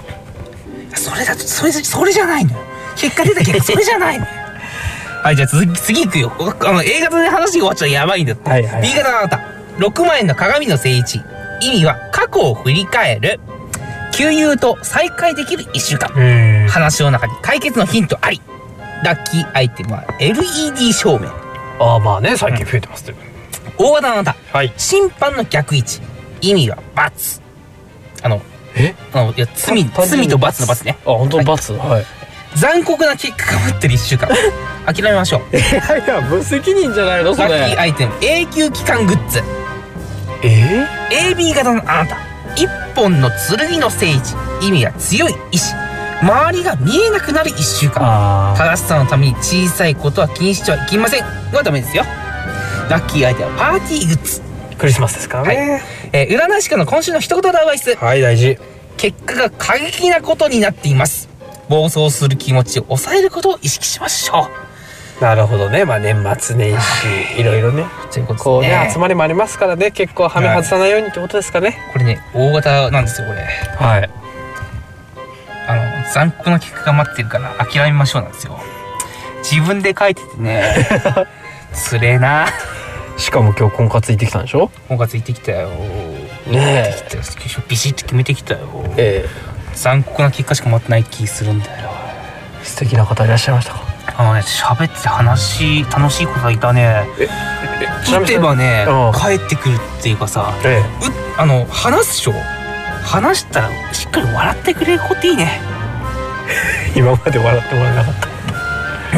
それだとそれそれじゃないのよ。結果出た結果それじゃないのよ。はいじゃあ次次行くよ。あの A 型で話が終わっちゃやばいんだって、はいはい、B 型のあなたろくまん円の鏡の正位置意味は過去を振り返る旧友と再会できるいっしゅうかん話の中に解決のヒントありラッキーアイテムは エルイーディー 照明。 ああまあね最近増えてますという、 うん、大型のあなた、はい、審判の逆位置意味は罰。あのえあのいや罪罪と罰の罰ね。 あ本当の罰、はい、はい、 残酷な結果が待ってるいっしゅうかん諦めましょう。 いやいや無責任じゃないのそれ。 ラッキーアイテム永久期間グッズ。 えー、エービー 型のあなた一本の剣の正位置意味は強い意志周りが見えなくなるいっしゅうかん正しさのために小さいことは気にしてはいけませんはダメですよ。ラッキーアイテムはパーティーグッズ。 クリスマスですからね、 はい、えー、占い師からの今週の一言アドバイス。 はい大事。 結果が過激なことになっています。暴走する気持ちを抑えることを意識しましょう。 なるほどね。まあ年末年始いろいろねということこうね集まりもありますからね結構はめ外さないようにってことですかね。 これね大型なんですよこれ。 はい。 あの残酷な結果が待ってるから諦めましょうなんですよ。自分で書いててねつれえな。 しかも今日婚活行ってきたんでしょ。 婚活行ってきたよねえビシッと決めてきたよ。 ええ残酷な結果しか待ってない気するんだよ。 素敵な方いらっしゃいましたか。 あのね喋って話楽しい子がいたね。え聞けばね帰ってくるっていうかさ、ええ、うあの話すでしょ。話したらしっかり笑ってくれる子っていいね。 今まで笑ってもらえなかった。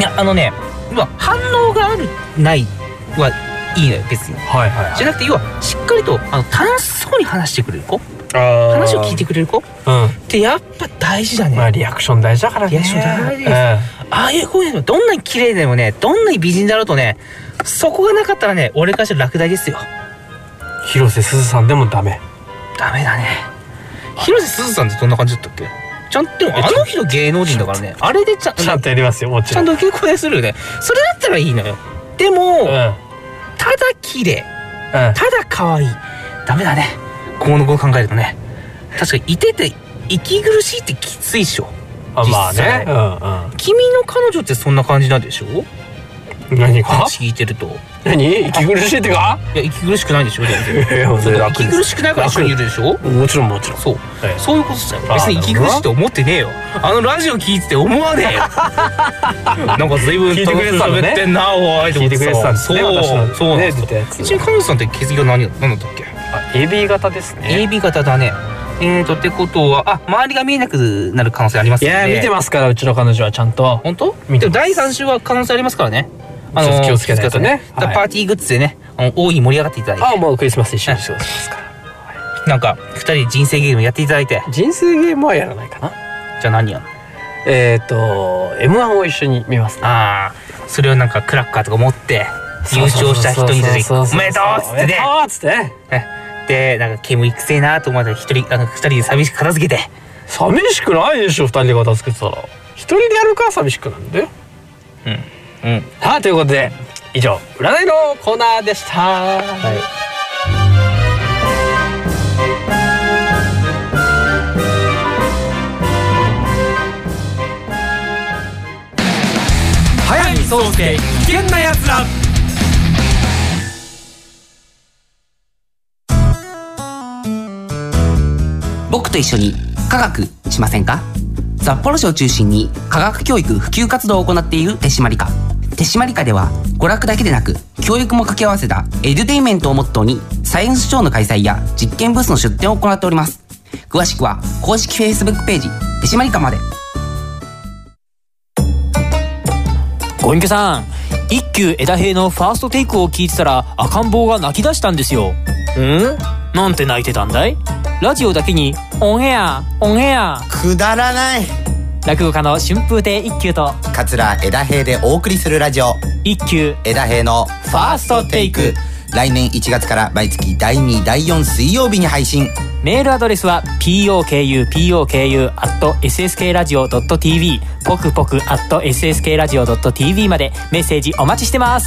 いやあのね反応があるないはいいのよ別に、はいはいはい、じゃなくて要はしっかりとあの楽しそうに話してくれる子話を聞いてくれる子、うん、ってやっぱ大事だね。 まあリアクション大事だからね。 リアクション大事です、うん、ああいう子でもどんなに綺麗でもねどんなに美人だろうとねそこがなかったらね俺からしたら落第ですよ。 広瀬すずさんでもダメダメだね。広瀬すずさんってどんな感じだったっけ。ちゃんとあの人芸能人だからねあれでちゃんちゃんとやりますよもちろん。 ちゃんと受け答えするよね。それだったらいいのよ。でも、うん、ただ綺麗、うん、ただ可愛いダメだね。この後考えるとね確かにいてて息苦しいってきついっしょ。 あまあね、 うんうん、君の彼女ってそんな感じなんでしょ。 何が聞いてると何息苦しいってか。 いや息苦しくないでしょ全然息苦しくないから一緒にいるでしょ。 もちろんもちろんそう、はい、そういうことだよ。別に息苦しいって思ってねえよ。あのラジオ聞いてて思わねえよなんか随分聞いてくれてたのね。 喋ってんなおいって思ってさ。聞いてくれてたんですね。そうそうなんですよ。ちなみに彼女さんって血液が何何だったっけ。 あ エービー 型ですね。 エービー 型だね。えーとってことはあ周りが見えなくなる可能性ありますね。いや見てますからうちの彼女はちゃんと。 本当？でもだいさん週は可能性ありますからね。 あの気をつけないとね。 パーティーグッズでねあの大いに盛り上がっていただいて。 あもうクリスマス一緒に過ごしますから、 はい、なんかふたりで人生ゲームやっていただいて。 人生ゲームはやらないかな。 じゃあ何やんの。 えっと エムワン を一緒に見ますね。 ああそれをなんかクラッカーとか持って優勝した人に出ておめでとうっつってねっつってでなんか煙くせえなと思ったら一人あの二人で寂しく片付けて。 寂しくないでしょ二人で片付けてたら。一人でやるから寂しくなんだよ。うんうんさあということで以上占いのコーナーでした。はい早見壮介危険なやつら。 僕と一緒に科学しませんか。札幌市を中心に科学教育普及活動を行っている手締まり課。手締まり課では娯楽だけでなく教育も掛け合わせたエデュテインメントをモットーにサイエンスショーの開催や実験ブースの出展を行っております。詳しくは公式 Facebook ページ手締まり課まで。 ご隠居さん一休枝平のファーストテイクを聞いてたら赤ん坊が泣き出したんですよ。んなんて泣いてたんだい。ラジオだけにオンエアオンエアくだらない。 落語家の春風亭一休と桂枝平でお送りするラジオ一休枝平のファーストテイク。来年いちがつから毎月だいにだいよん水曜日に配信。 メールアドレスは ポクポク アッットエスエスケーラジオドットティーブイ ポクポクアットエスエスケーラジオドットティーブイ までメッセージお待ちしてます。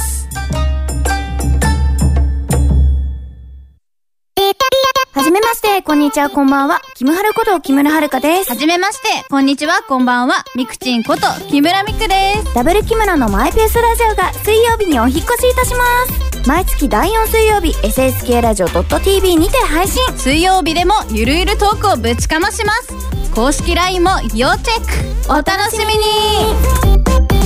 はじめまして、こんにちは、こんばんは。キムハルこと木村遥です。 はじめまして、こんにちは、こんばんは。ミクチンこと木村ミクです。 ダブル木村のマイペースラジオが水曜日にお引っ越しいたします。毎月だいよん水曜日 エスエスケーラジオドットティーブイ にて配信。 水曜日でもゆるゆるトークをぶちかまします。公式 ライン も要チェック。お楽しみに。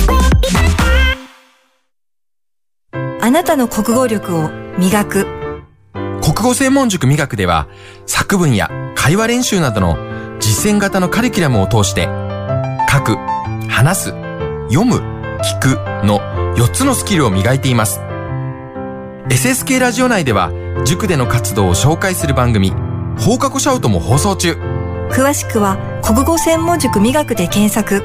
あなたの国語力を磨く国語専門塾磨くでは、作文や会話練習などの実践型のカリキュラムを通して、書く、話す、読む、聞くのよっつのスキルを磨いています。エスエスケー ラジオ内では、塾での活動を紹介する番組、放課後シャウトも放送中。 詳しくは、国語専門塾磨くで検索。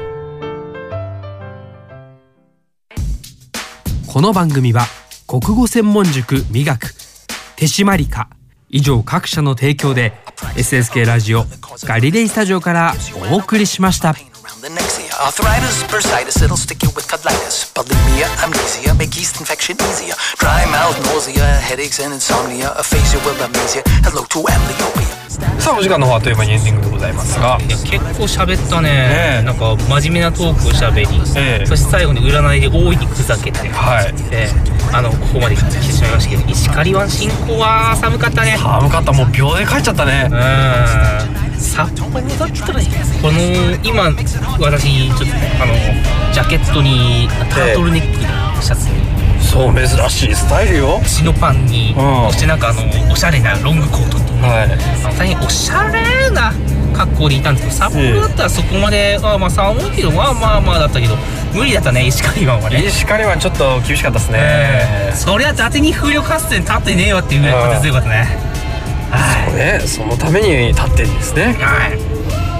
この番組は、国語専門塾磨く手締まりか以上各社の提供で エスエスケー ラジオガリレイスタジオからお送りしました。 Arthritis, bursitis, it'll stick you with colitis. Bulimia, amnesia, make yeast infection easier. Dry mouth, nausea, headaches and insomnia. Aphasia will amaze you. Hello to amblyopia. さあお時間の方はあっという間にエンディングでございますが、 いや結構喋ったね、えー、なんか真面目なトークを喋り、えー、そして最後に占いで大いにふざけて、はいえー、あのここまで来てしまいましたけど、石狩湾進行は寒かったね。 寒かった、もう秒で帰っちゃったね。 うん札幌だったらこの今私ちょっとあのジャケットにタートルネックのシャツ、 えー、そう珍しいスタイルよ。 血のパンに、うん、そしてなんかあのおしゃれなロングコートっていうね、はい、大変おしゃれな格好でいたんですけど、札幌だったらそこまで、えー、あまあ寒いけどまあまあまあだったけど無理だったね。石狩湾はね、 石狩湾ちょっと厳しかったですね、 えー、そりゃ伊達に風力発電立ってねえわっていうぐらい風強かったね。 そうね、そのために立ってるんですね。 はい。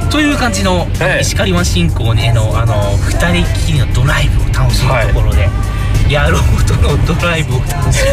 という感じの、はい、石狩湾進行ねのあのふたりきりのドライブを楽しむところで、はい、野郎とのドライブを楽しむ。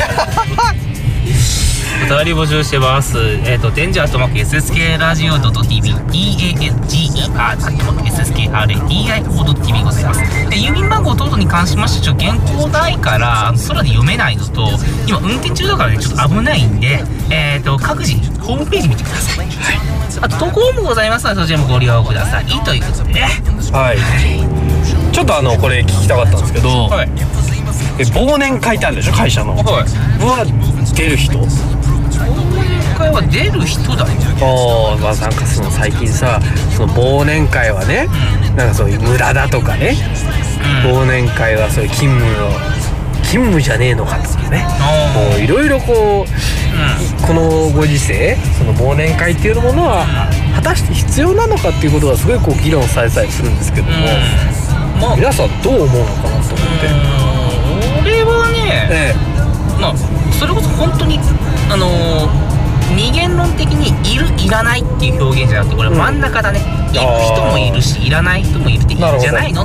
お便り募集してます。えっ、ー、とデンジャーとマーク エスエスケー ラジオ ドット ティーブイ ディー エー エヌ ジー イー アール アットマーク エスエスケー アール エー ディー アイ オー ドット ティーブイ ございます。で郵便番号等々に関しましてちょっと原稿ないから空で読めないのと今運転中だからねちょっと危ないんで、えっ、ー、と各自ホームページ見てください。はい、あと投稿もございますのでそちらもご利用くださいということでね。 はい。ちょっとあのこれ聞きたかったんですけど、はい、え忘年会ってあるでしょ会社の。はい。は出る人。 忘年会は出る人だよ。 ああ、まあなんかその最近さ、その忘年会はね、うん、なんかそういう無駄だとかね、うん、忘年会はそういう勤務の勤務じゃねえのかとかね、もういろいろこう、うん、このご時世、その忘年会っていうものは、うん、果たして必要なのかっていうことがすごいこう議論されたりするんですけども、うんまあ、皆さんどう思うのかなと思って。 俺はね、ええ、まあそれこそ本当にあのー、二元論的にいるいらないっていう表現じゃなくてこれ真ん中だね、うん、いる人もいるしいらない人もいるっていいんじゃないの、うん、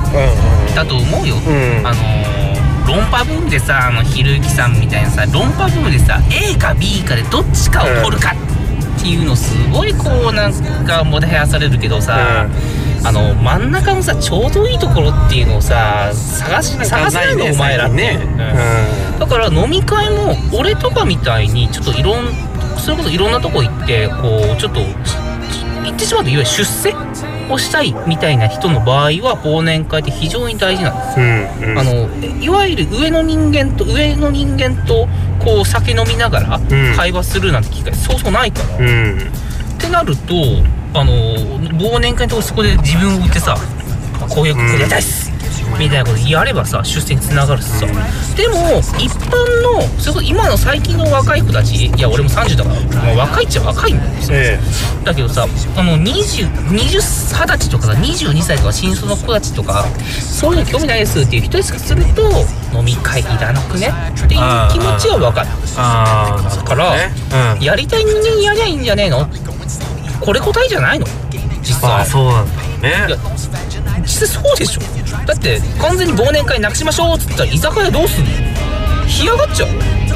だと思うよ、うん、あのー、論破ブームでさあのひろゆきさんみたいなさ論破ブームでさ A か B かでどっちかを取るかっていうのすごいこうなんかもてはやされるけどさ、うん、あの真ん中のさちょうどいいところっていうのをさ探し探せないのお前らね、うん、だから飲み会も俺とかみたいにちょっといろんそれこそいろんなとこ行ってこうちょっと言ってしまうといわゆる出世をしたいみたいな人の場合は忘年会って非常に大事なんです、うんうん、あのいわゆる上の人間と上の人間とこう酒飲みながら会話するなんて機会そうそうないから、うん、ってなるとあの忘年会のとこそこで自分を売ってさこういうことやりたいっす、うん、みたいなことやればさ出世につながるしさ、でも一般のそれこそ今の最近の若い子たちいや俺もさんじゅうだから、まあ、若いっちゃ若いんだよ、えー、だけどさあのにじゅう、にじゅう、はたちとかさにじゅうにさいとか新卒の子たちとかそういうの興味ないですっていう人にすると飲み会いらなくねっていう気持ちは分かる。あだから、ねうん、やりたい人間やりゃいいんじゃねえのこれ答えじゃないの実は。あそうなんだね。いや実際そうでしょ。だって完全に忘年会なくしましょうっつったら居酒屋どうすんの？干上がっちゃう。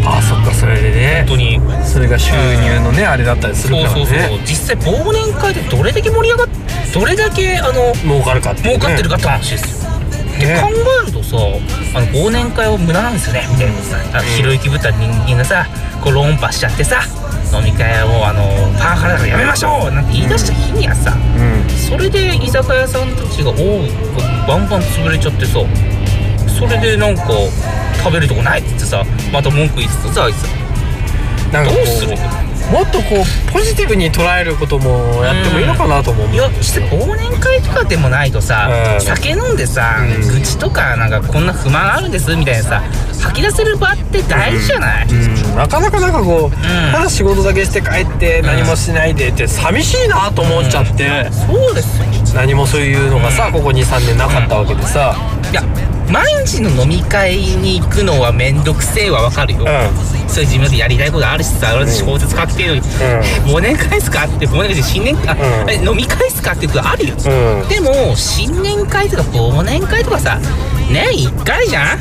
ああそっか、それでね、 本当にそれが収入のね、うん、あれだったりするからね。 そうそうそう、実際忘年会でどれだけ盛り上がっどれだけあの儲かるかって、ね、 儲かってるかって話ですよ。で、ね、考えるとさ、あの忘年会は無駄なんですよねみたいなさ、うん、ひろゆきぶった人間がさこう論破しちゃってさ、飲み会をあのパワハラだからやめましょうなんて言い出した日にはさ、うん、それで居酒屋さんたちがおうバンバン潰れちゃってさ、それでなんか食べるとこないって言ってさ、また文句言ってたさ、あいつなんかどうする？ もっとこうポジティブに捉えることもやってもいいのかなと思う。 いや、実際忘年会とかでもないとさ、うん、酒飲んでさ、うん、愚痴とかなんかこんな不満あるんですみたいなさ吐き出せる場って大事じゃない？ うんうん、なかなかなんかこう、うん、ただ仕事だけして帰って何もしないでって寂しいなと思っちゃって、 うん、そうですよ。 何もそういうのがさ、うん、ここ にさんねんなかったわけでさ、 うん、いや毎日の飲み会に行くのはめんどくせえはわかるよ、うん、そういう自分でやりたいことあるしさ、俺小説書きてるのに、うん、忘年会っすかって忘年会で新年あ、うん、飲み会っすかってことあるよ、うん、でも新年会とか忘年会とかさ年いっかいじゃん、うん、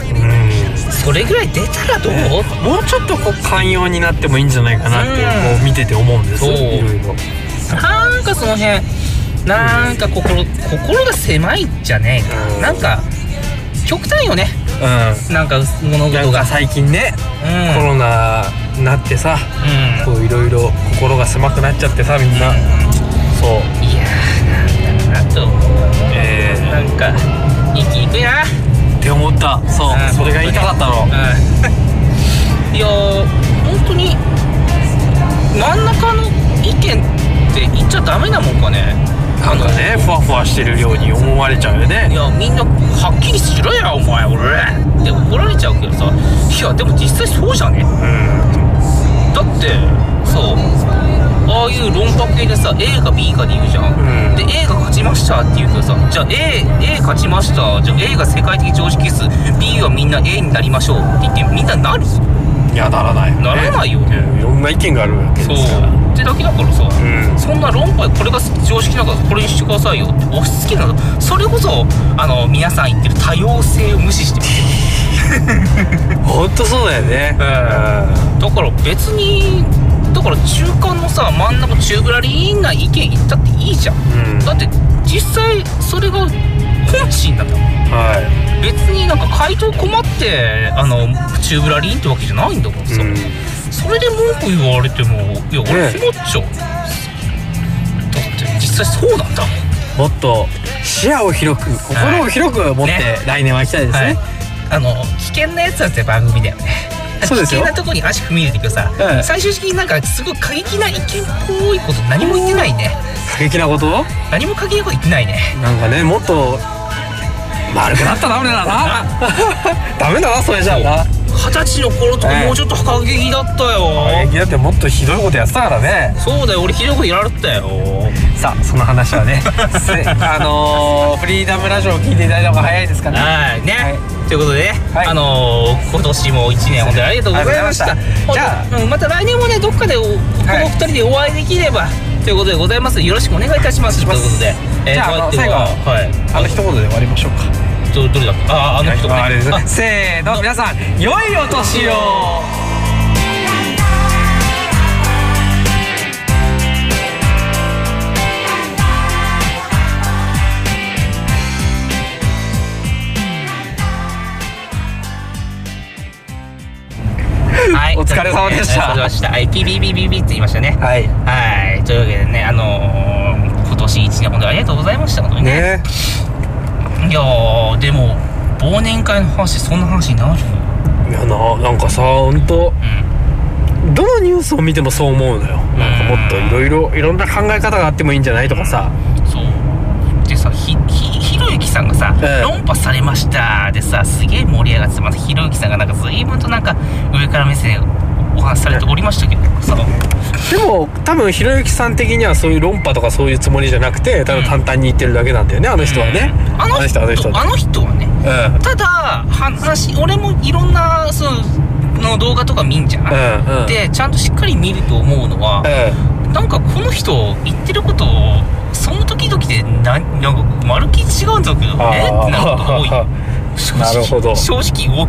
それぐらい出たらどう、ね、 もうちょっとこう寛容になってもいいんじゃないかなって、うん、こう見てて思うんですよ。いろいろなんかその辺なんか心、心が狭いじゃねえか、うん、なんか極端よね、うん、なんか物事が最近ね、うん、コロナになってさ、うん、こういろいろ心が狭くなっちゃってさみんな、うん、そういやーなんだなと思う、えー、なんか生きにくいなって思った。そう、うん、それが言いたかったの、うん、 いやー本当に真ん中の意見って言っちゃダメなもんかね。 なんかね、ふわふわしてるように思われちゃうよね。 いやみんなはっきりしろやお前俺って怒られちゃうけどさ、いやでも実際そうじゃね、うん、だってそうああいう論破系でさ A か B かで言うじゃん、うん、で A が勝ちましたって言うけどさ、じゃあ A, A 勝ちました、じゃあ A が世界的常識数 B はみんな A になりましょうって言ってみんななる？ いやならないよね。 ならないよね。 いろんな意見があるわけですからってだけだからさ、うん、そんな論破これが常識だからこれにしてくださいよって押し付けなの、それこそあの皆さん言ってる多様性を無視してるほんとそうだよね、うん、 だから別にだから中間のさ真ん中中ぶらりんな意見言ったっていいじゃん、うん、だって実際それが本心だったもん、はい、別になんか回答困ってあの中ぶらりんってわけじゃないんだからさ、うん、それで文句言われてもいや俺困っちゃう、ね、だって実際そうなんだもん。もっと視野を広く心を広く持って、ね、来年は行きたいですね、はい、 あの危険なやつだって番組だよね。 そうですよ。 危険なとこに足踏み入れてくるさ、うん、最終的になんかすごい過激な意見っぽいこと何も言ってないね。 過激なこと？ 何も過激なこと言ってないね。 なんかねもっと丸くなったな俺らなダメだなそれじゃあな。 二十歳の頃とかもうちょっと過激だったよ。 過激だってもっとひどいことやってたからね。 そうだよ俺ひどいことやられてたよ。 さあその話はねあのー、フリーダムラジオを聞いていただいた方が早いですかね。 はいね、はい、ということでね、はい、あのー、今年もいちねん本当にありがとうございました。じゃあまた来年もねどっかでこのふたりでお会いできれば、はい、ということでございます。よろしくお願いいたしますということで、 えー、じゃあ、あの最後、はい、あの一言で終わりましょうか。 ど, どれだっけあああの人ね、あれですね。 せーの皆さん良いお年を。 はい、 お疲れ様でした。 お疲れ様でした。はい、ピピピピピって言いましたね。はい、はい、というわけでね、あのー、今年一年本当にありがとうございましたことにね。ねいやーでも忘年会の話そんな話になる？ いやな、なんかさ本当、うん、どのニュースを見てもそう思うのよ。なんかもっといろいろいろんな考え方があってもいいんじゃないとかさ。 そうでさ、ひひひろゆきさんがさ、うん、論破されましたでさすげえ盛り上がって、またひろゆきさんがなんか随分となんか上から目線お話されておりましたけどさ。 でも多分ひろゆきさん的にはそういう論破とかそういうつもりじゃなくて、多分簡単に言ってるだけなんだよね、あの人はね、 うん、あの人あの人あの人はね、うん、ただ話俺もいろんなその動画とか見んじゃん、うんうん、でちゃんとしっかり見ると思うのは、うん、なんかこの人言ってることをその時々でななんかまるっきり違うんだけどえってなることが多い。 なるほど。 正直多い。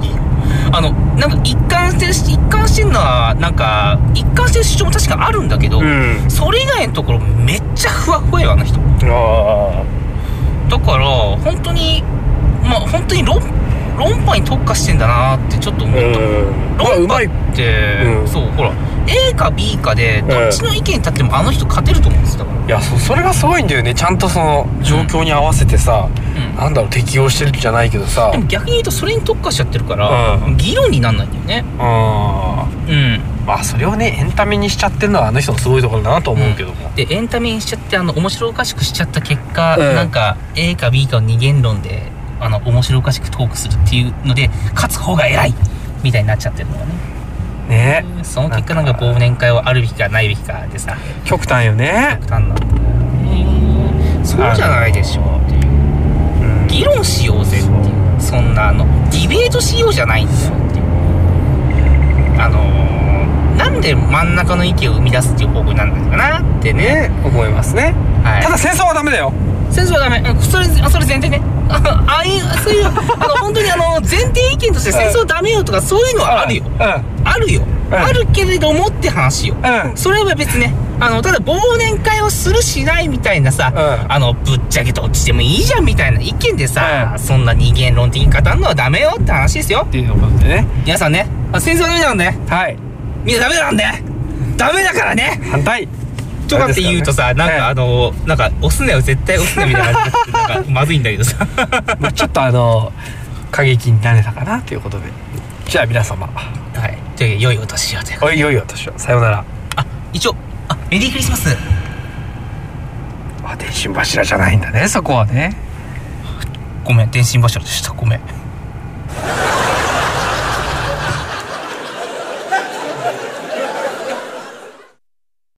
あのなんか一貫してる一貫してるのはなんか一貫してる主張も確かあるんだけど、うん、それ以外のところめっちゃふわふわよあの人。あだから本当にまあ本当に論論破に特化してんだなってちょっと思った。論破って、うん、そうほら A か B かでどっちの意見に立ってもあの人勝てると思うんですよ。 いや そ, それがすごいんだよね。ちゃんとその状況に合わせてさ、うん、なんだろう適応してるじゃないけどさ、 でも逆に言うとそれに特化しちゃってるから、うん、議論になんないんだよね。ああうんまあそれをねエンタメにしちゃってるのはあの人のすごいところだなと思うけども、 うん、でエンタメにしちゃってあの面白おかしくしちゃった結果、うん、なんか A か B かの二元論であの面白おかしくトークするっていうので勝つ方が偉いみたいになっちゃってるのがね。 ねその結果なんか忘年会はあるべきかないべきかでさ極端よね。 極端なんだよね。そうじゃないでしょっていう、うん、議論しようぜっていうそんなあのディベートしようじゃないんだよっていうあのー、なんで真ん中の意見を生み出すっていう方向になるのかなってね、 ね思いますね、はい、ただ戦争はダメだよ。 戦争はダメ。それそれ前提ね。ああいうそういうあの本当にあの前提意見として戦争ダメよとかそういうのはあるよ、うん、あるよ、うん、あるけれどもって話よ、うん、それは別ねあのただ忘年会をするしないみたいなさ、うん、あのぶっちゃけどっちでもいいじゃんみたいな意見でさ、うん、そんな二元論的に語るのはダメよって話ですよっていうことでね。 皆さんね戦争はダメなんで、 はい、 みんなダメなんでダメだからね反対とかって言うとさ、ね、なんかあのー、なんか押すなよ絶対押すなみたいな感じでなんかまずいんだけどさまあちょっとあの過激になれたかなということで、じゃあ皆様はいというわけで良いお年をということで良いお年をさようなら。 あ一応あメリークリスマス。 あ電信柱じゃないんだねそこはね。 ごめん電信柱でしたごめん。